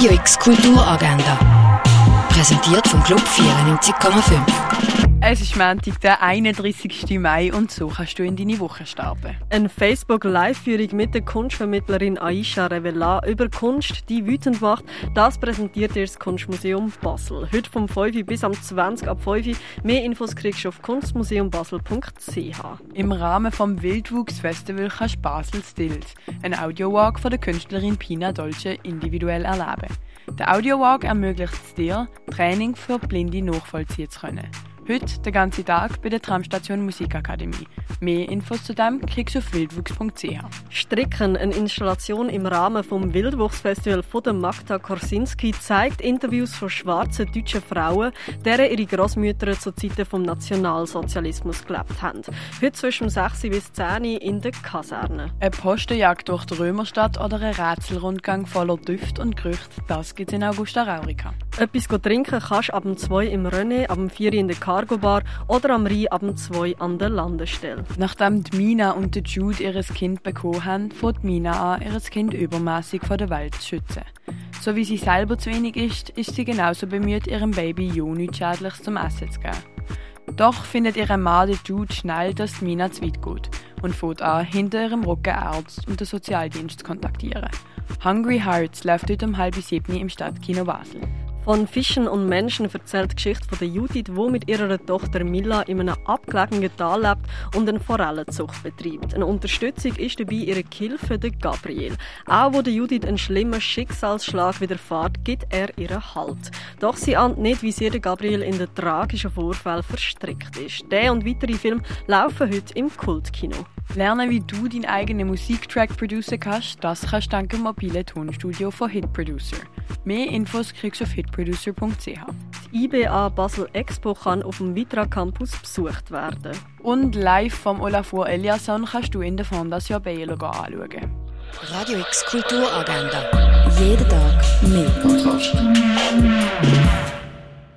Radio X Kulturagenda. Präsentiert vom Club 94,5. Es ist Montag, der 31. Mai und so kannst du in deine Woche starten. Eine Facebook-Live-Führung mit der Kunstvermittlerin Aisha Revela über Kunst, die wütend macht, das präsentiert dir das Kunstmuseum Basel. Heute vom 5 bis am 20 ab 5. Mehr Infos kriegst du auf kunstmuseumbasel.ch. Im Rahmen des Wildwuchs-Festival kannst du Basel Stills, ein Audiowalk von der Künstlerin Pina Dolce, individuell erleben. Der Audiowalk ermöglicht es dir, Training für Blinde nachvollziehen zu können. Heute den ganzen Tag bei der Tramstation Musikakademie. Mehr Infos zu dem kriegst du auf wildwuchs.ch. Stricken, eine Installation im Rahmen des Wildwuchsfestivals von der Magda Korsinski, zeigt Interviews von schwarzen deutschen Frauen, deren ihre Grossmütter zu Zeiten des Nationalsozialismus gelebt haben. Heute zwischen 6 bis 10 in der Kaserne. Eine Postenjagd durch die Römerstadt oder ein Rätselrundgang voller Düfte und Gerüchte, das gibt es in Augusta Raurica. Etwas trinken kannst du ab 2 im René, ab 4 in der Cargo Bar oder am Rhein ab 2 an der Landestelle. Nachdem die Mina und der Jude ihr Kind bekommen haben, fängt Mina an, ihr Kind übermässig vor der Welt zu schützen. So wie sie selber zu wenig ist sie genauso bemüht, ihrem Baby ja nichts Schädliches zum Essen zu geben. Doch findet ihr Mann, der Jude, schnell, dass Mina zu weit geht und fängt an, hinter ihrem Rücken Ärzte und den Sozialdienst zu kontaktieren. Hungry Hearts läuft heute um 6:30 im Stadtkino Basel. Von Fischen und Menschen erzählt die Geschichte von der Judith, die mit ihrer Tochter Milla in einem abgelegenen Tal lebt und eine Forellenzucht betreibt. Eine Unterstützung ist dabei ihre Gehilfe, der Gabriel. Auch wo der Judith einen schlimmen Schicksalsschlag widerfährt, gibt er ihr Halt. Doch sie ahnt nicht, wie sehr der Gabriel in den tragischen Vorfall verstrickt ist. Der und weitere Filme laufen heute im Kultkino. Lernen, wie du deinen eigenen Musiktrack producen kannst, das kannst du dank dem mobilen Tonstudio von Hit Producer. Mehr Infos kriegst du auf hitproducer.ch. Die IBA Basel Expo kann auf dem Vitra Campus besucht werden. Und live vom Olafur Eliasson kannst du in der Fondation Bielo anschauen. Radio X Kulturagenda. Jeden Tag mehr.